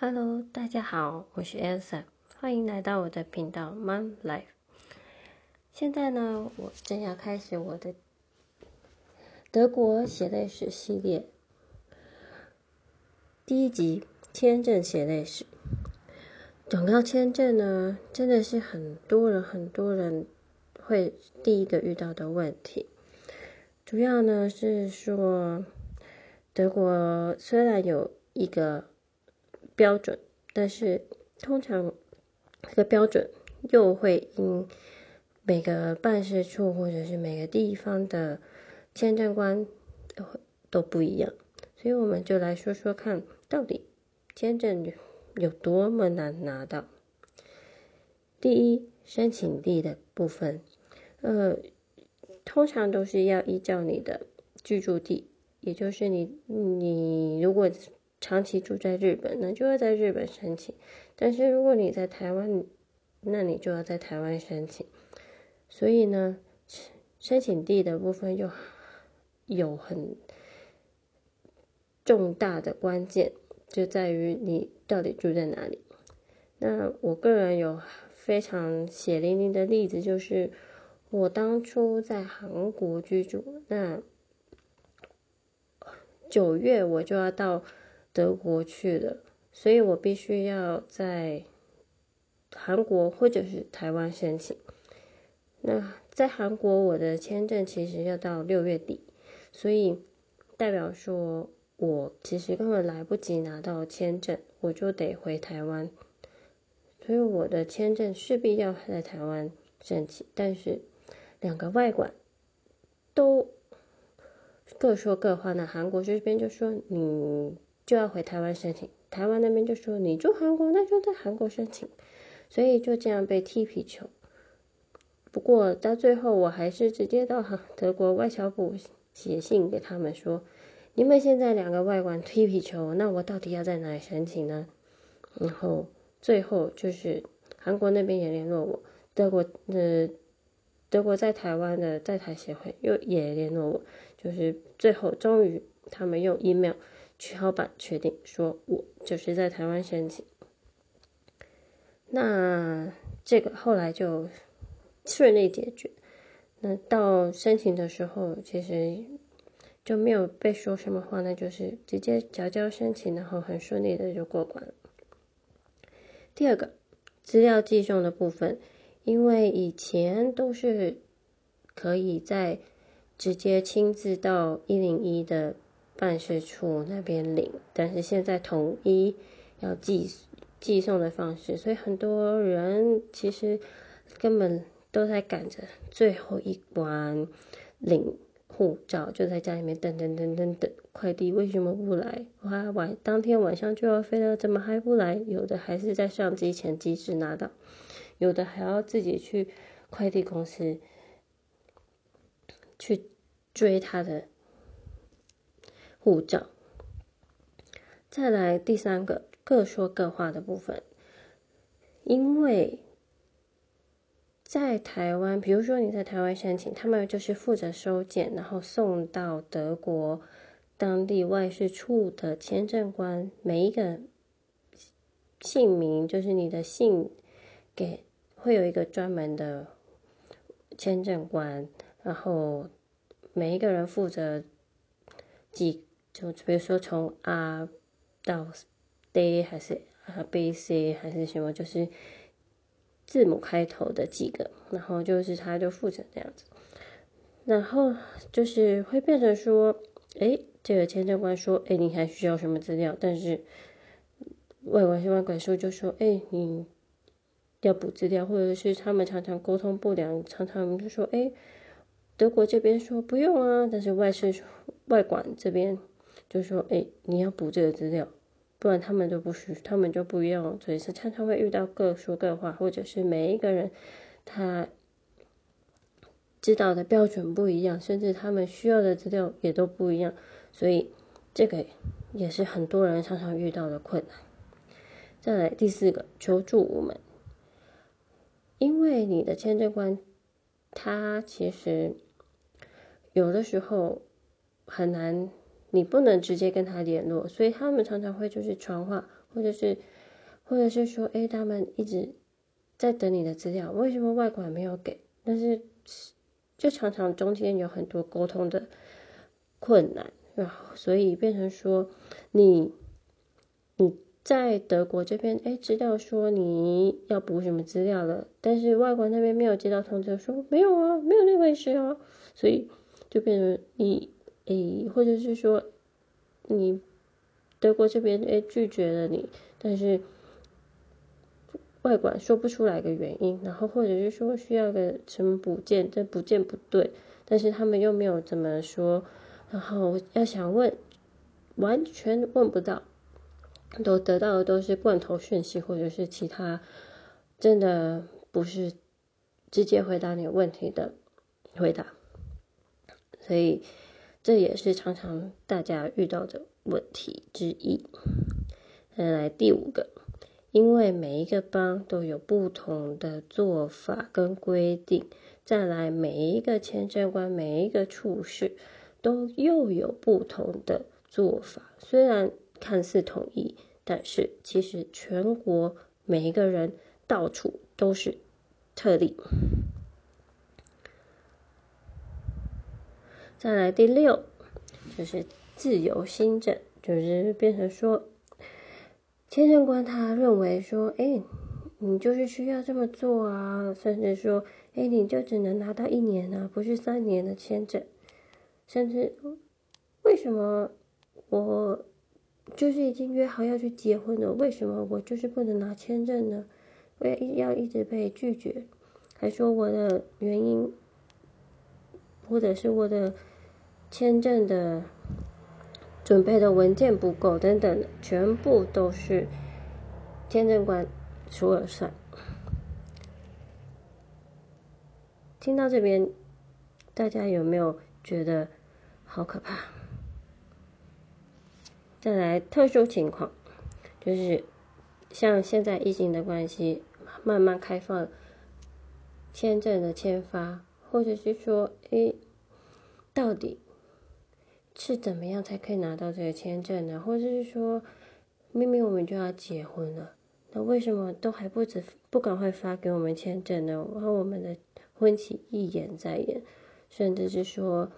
Hello，大家好，我是 Elsa， 欢迎来到我的频道 Mom Life。现在呢，我正要开始我的德国血泪史系列，第一集签证血泪史。讲到签证呢，真的是很多人会第一个遇到的问题。主要呢是说，德国虽然有一个标准，但是通常这个标准又会因每个办事处或者是每个地方的签证官都不一样，所以我们就来说说看，到底签证有多么难拿到。第一，申请地的部分，通常都是要依照你的居住地，也就是你如果长期住在日本，那就要在日本申请；但是如果你在台湾，那你就要在台湾申请。所以呢，申请地的部分有很重大的关键，就在于你到底住在哪里。那我个人有非常血淋淋的例子，就是我当初在韩国居住，那9月我就要到德国去了，所以我必须要在韩国或者是台湾申请。那在韩国我的签证其实要到6月底，所以代表说我其实根本来不及拿到签证，我就得回台湾，所以我的签证势必要在台湾申请。但是两个外馆都各说各话，那韩国这边就说你就要回台湾申请，台湾那边就说你住韩国，那就在韩国申请，所以就这样被踢皮球。不过到最后我还是直接到德国外交部写信给他们说，你们现在两个外馆踢皮球，那我到底要在哪里申请呢？然后最后就是韩国那边也联络我，德国在台湾的在台协会也联络我，就是最后终于他们用 email 取好版确定说我就是在台湾申请。那这个后来就顺利解决。那到申请的时候其实就没有被说什么话，那就是直接缴交申请，然后很顺利的就过关了。第二个，资料寄送的部分，因为以前都是可以直接亲自到101的办事处那边领，但是现在统一要寄送的方式，所以很多人其实根本都在赶着最后一关领护照，就在家里面等，快递为什么不来？当天晚上就要飞了，怎么还不来？有的还是在上机前及时拿到，有的还要自己去快递公司去追他的护照。再来第三个，各说各话的部分，因为在台湾，比如说你在台湾申请，他们就是负责收件，然后送到德国当地外事处的签证官，每一个姓名就是你的姓会有一个专门的签证官，然后每一个人负责就比如说从 R 到 D 还是 B、C 还是什么，就是字母开头的几个，然后就是他就负责这样子，然后就是会变成说，这个签证官说，你还需要什么资料？但是外管处就说，你要补资料，或者是他们常常沟通不良，常常就说，德国这边说不用啊，但是外管这边就说，你要补这个资料，不然他们就不用，所以是常常会遇到各说各话，或者是每一个人他知道的标准不一样，甚至他们需要的资料也都不一样，所以这个也是很多人常常遇到的困难。再来第四个，求助无门，因为你的签证官他其实有的时候很难，你不能直接跟他联络，所以他们常常会就是传话， 或者是说，他们一直在等你的资料，为什么外管没有给？但是就常常中间有很多沟通的困难，然后所以变成说你在德国这边，知道说你要补什么资料了，但是外国那边没有接到通知说没有啊，没有那回事啊，所以就变成或者是说你德国这边拒绝了你，但是外管说不出来个原因，然后或者是说需要个什么补件，这补件不对，但是他们又没有怎么说，然后要想问，完全问不到。都得到的都是罐头讯息，或者是其他真的不是直接回答你问题的回答，所以这也是常常大家遇到的问题之一。再来第5个，因为每一个邦都有不同的做法跟规定，再来每一个签证官、每一个处室都又有不同的做法，虽然看似统一，但是其实全国每一个人到处都是特例。再来第6，就是自由新政，就是变成说签证官他认为说，你就是需要这么做啊，甚至说，你就只能拿到1年啊，不是3年的签证，甚至为什么我就是已经约好要去结婚了，为什么我就是不能拿签证呢？我也要一直被拒绝，还说我的原因，或者是我的签证的准备的文件不够等等的，全部都是签证官说了算。听到这边，大家有没有觉得好可怕？再来特殊情况，就是像现在疫情的关系，慢慢开放签证的签发，或者是说，到底是怎么样才可以拿到这个签证呢？或者是说，明明我们就要结婚了，那为什么都还不赶快发给我们签证呢？然后我们的婚期一延再延，甚至是说，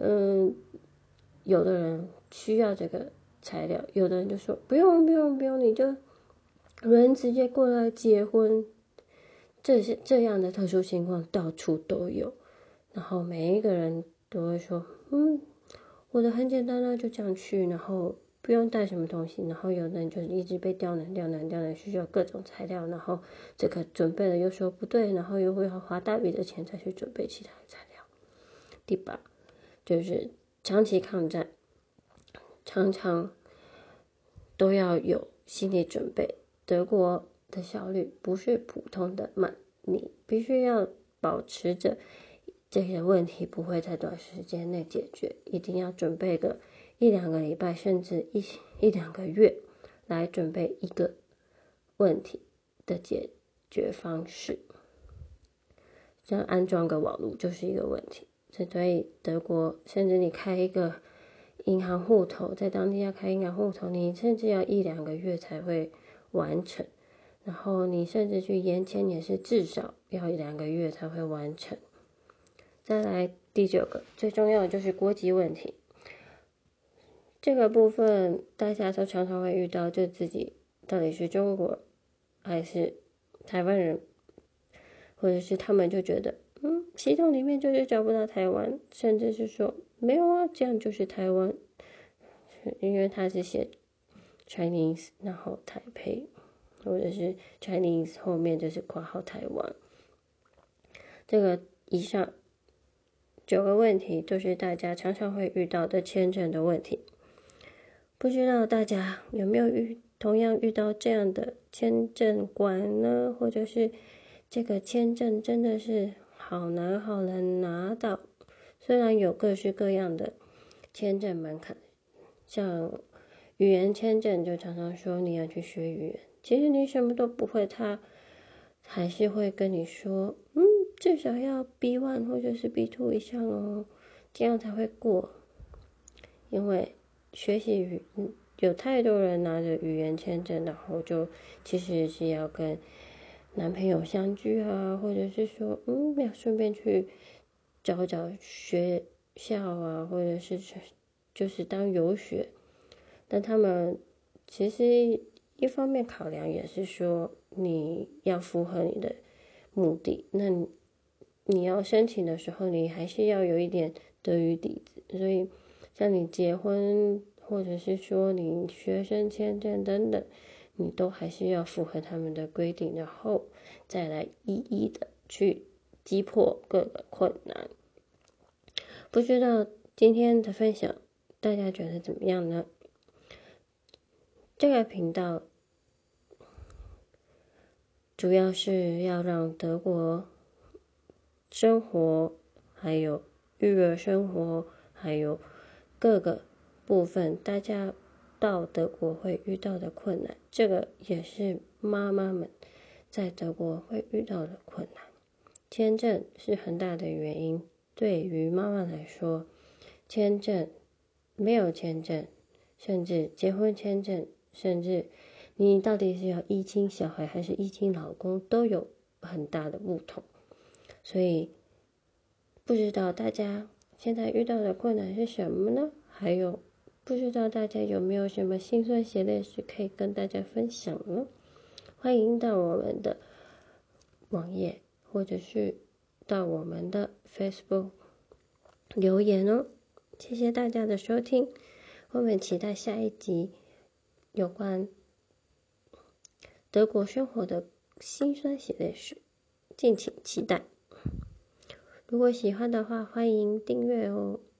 有的人需要这个材料，有的人就说不用，你就人直接过来结婚。这样的特殊情况到处都有，然后每一个人都会说，我的很简单啊，就这样去，然后不用带什么东西，然后有的人就一直被刁难，需要各种材料，然后这个准备了又说不对，然后又会要花大笔的钱再去准备其他的材料。第8，就是长期抗战，常常都要有心理准备。德国的效率不是普通的慢，你必须要保持着这些问题不会在短时间内解决，一定要准备个1-2个礼拜，甚至1-2个月来准备一个问题的解决方式。像安装个网络就是一个问题，所以德国甚至你开一个银行户头，在当地要开银行户头，你甚至要1-2个月才会完成，然后你甚至去延签也是至少要1-2个月才会完成。再来第9个，最重要的就是国籍问题。这个部分大家都常常会遇到，就自己到底是中国还是台湾人，或者是他们就觉得系统里面就是找不到台湾，甚至是说没有啊，这样就是台湾，因为他是写 Chinese 然后台北，或者是 Chinese 后面就是括号台湾。这个以上9个问题都是大家常常会遇到的签证的问题。不知道大家有没有同样遇到这样的签证官呢？或者是这个签证真的是好难拿到？虽然有各式各样的签证门槛，像语言签证就常常说你要去学语言，其实你什么都不会，他还是会跟你说，至少要 B1 或者是 B2 以上哦，这样才会过。因为学习有太多人拿着语言签证，然后就其实是要跟男朋友相聚啊，或者是说要顺便去找找学校啊，或者是就是当游学。但他们其实一方面考量也是说你要符合你的目的，那你要申请的时候，你还是要有一点德语底子，所以像你结婚或者是说你学生签证等等，你都还是要符合他们的规定，然后再来一一的去击破各个困难。不知道今天的分享大家觉得怎么样呢？这个频道主要是要让德国生活，还有育儿生活，还有各个部分，大家到德国会遇到的困难，这个也是妈妈们在德国会遇到的困难。签证是很大的原因，对于妈妈来说，签证没有签证，甚至结婚签证，甚至你到底是要依亲小孩还是依亲老公，都有很大的不同。所以不知道大家现在遇到的困难是什么呢？还有不知道大家有没有什么辛酸血泪史可以跟大家分享呢？欢迎到我们的网页或者是到我们的 Facebook 留言哦。谢谢大家的收听，我们期待下一集有关德国生活的辛酸血泪史，敬请期待。如果喜欢的话，欢迎订阅哦。